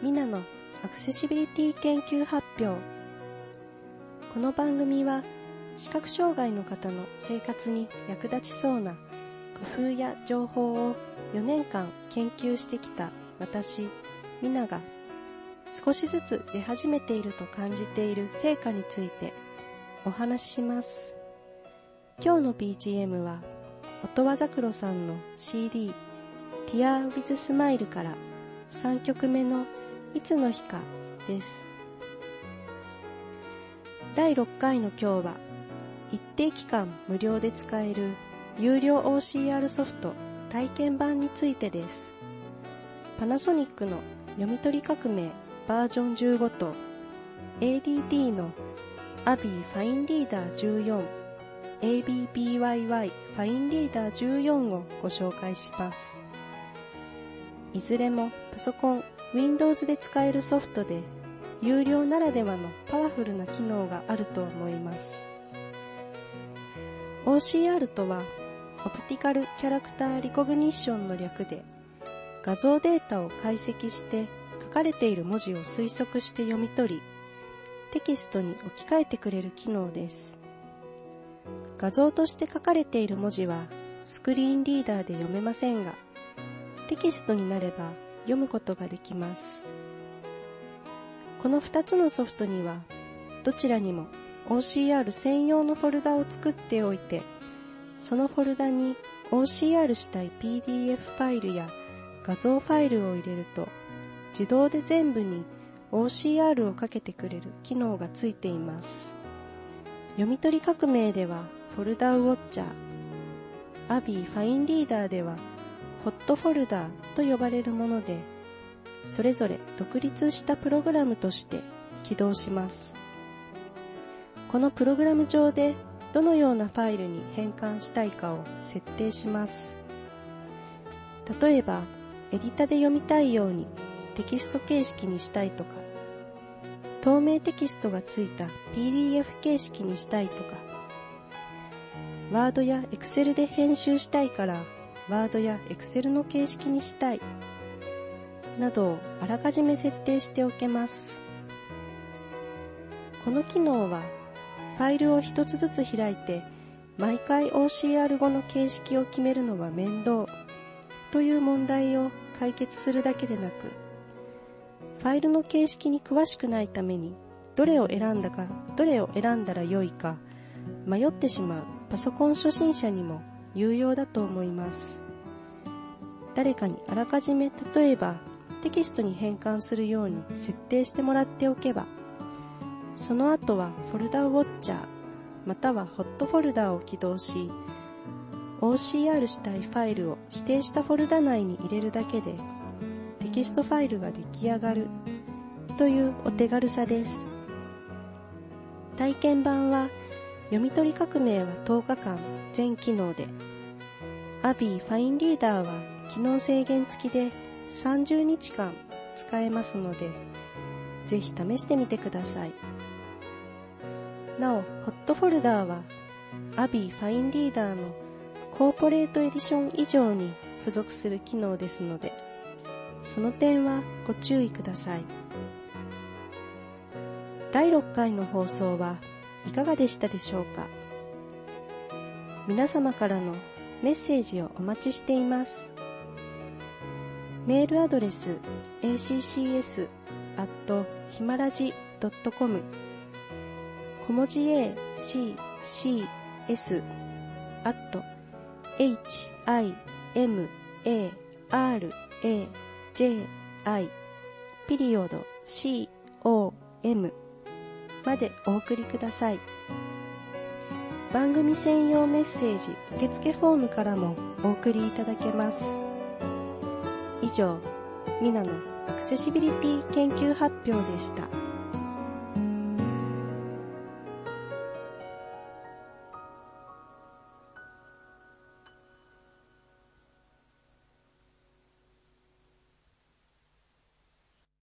ミナのアクセシビリティ研究発表。この番組は視覚障害の方の生活に役立ちそうな工夫や情報を4年間研究してきた私、ミナが少しずつ出始めていると感じている成果についてお話しします。今日の BGM は音羽桜さんの CD Tear with Smile から3曲目のいつの日かです。第6回の今日は一定期間無料で使える有料 OCR ソフト体験版についてです。パナソニックの読み取り革命バージョン15と ADD の ABBY ファインリーダー14 ABBYY ファインリーダー14をご紹介します。いずれもパソコン、Windows で使えるソフトで有料ならではのパワフルな機能があると思います。OCR とはオプティカルキャラクターリコグニッションの略で、画像データを解析して書かれている文字を推測して読み取り、テキストに置き換えてくれる機能です。画像として書かれている文字はスクリーンリーダーで読めませんが、テキストになれば読むことができます。この2つのソフトにはどちらにも OCR 専用のフォルダを作っておいて、そのフォルダに OCR したい PDF ファイルや画像ファイルを入れると自動で全部に OCR をかけてくれる機能がついています。読み取り革命ではフォルダウォッチャー、ABBY ファインリーダーではホットフォルダーと呼ばれるもので、それぞれ独立したプログラムとして起動します。このプログラム上でどのようなファイルに変換したいかを設定します。例えば、エディタで読みたいようにテキスト形式にしたいとか、透明テキストがついた PDF 形式にしたいとか、Word や Excel で編集したいからWord や Excel の形式にしたいなどをあらかじめ設定しておけます。この機能はファイルを一つずつ開いて毎回 OCR 語の形式を決めるのは面倒という問題を解決するだけでなく、ファイルの形式に詳しくないためにどれを選んだらよいか迷ってしまうパソコン初心者にも有用だと思います。誰かにあらかじめ例えばテキストに変換するように設定してもらっておけば、その後はフォルダウォッチャーまたはホットフォルダを起動し、OCR したいファイルを指定したフォルダ内に入れるだけでテキストファイルが出来上がるというお手軽さです。体験版は読み取り革命は10日間全機能で、ABBY ファインリーダーは機能制限付きで30日間使えますので、ぜひ試してみてください。なお、ホットフォルダーは ABBY ファインリーダーのコーポレートエディション以上に付属する機能ですので、その点はご注意ください。第6回の放送はいかがでしたでしょうか。皆様からのメッセージをお待ちしています。メールアドレス accs@himaraji.com 小文字 accs@himaraji ピリオド com までお送りください。番組専用メッセージ受付フォームからもお送りいただけます。以上、ミナのアクセシビリティ研究発表でした。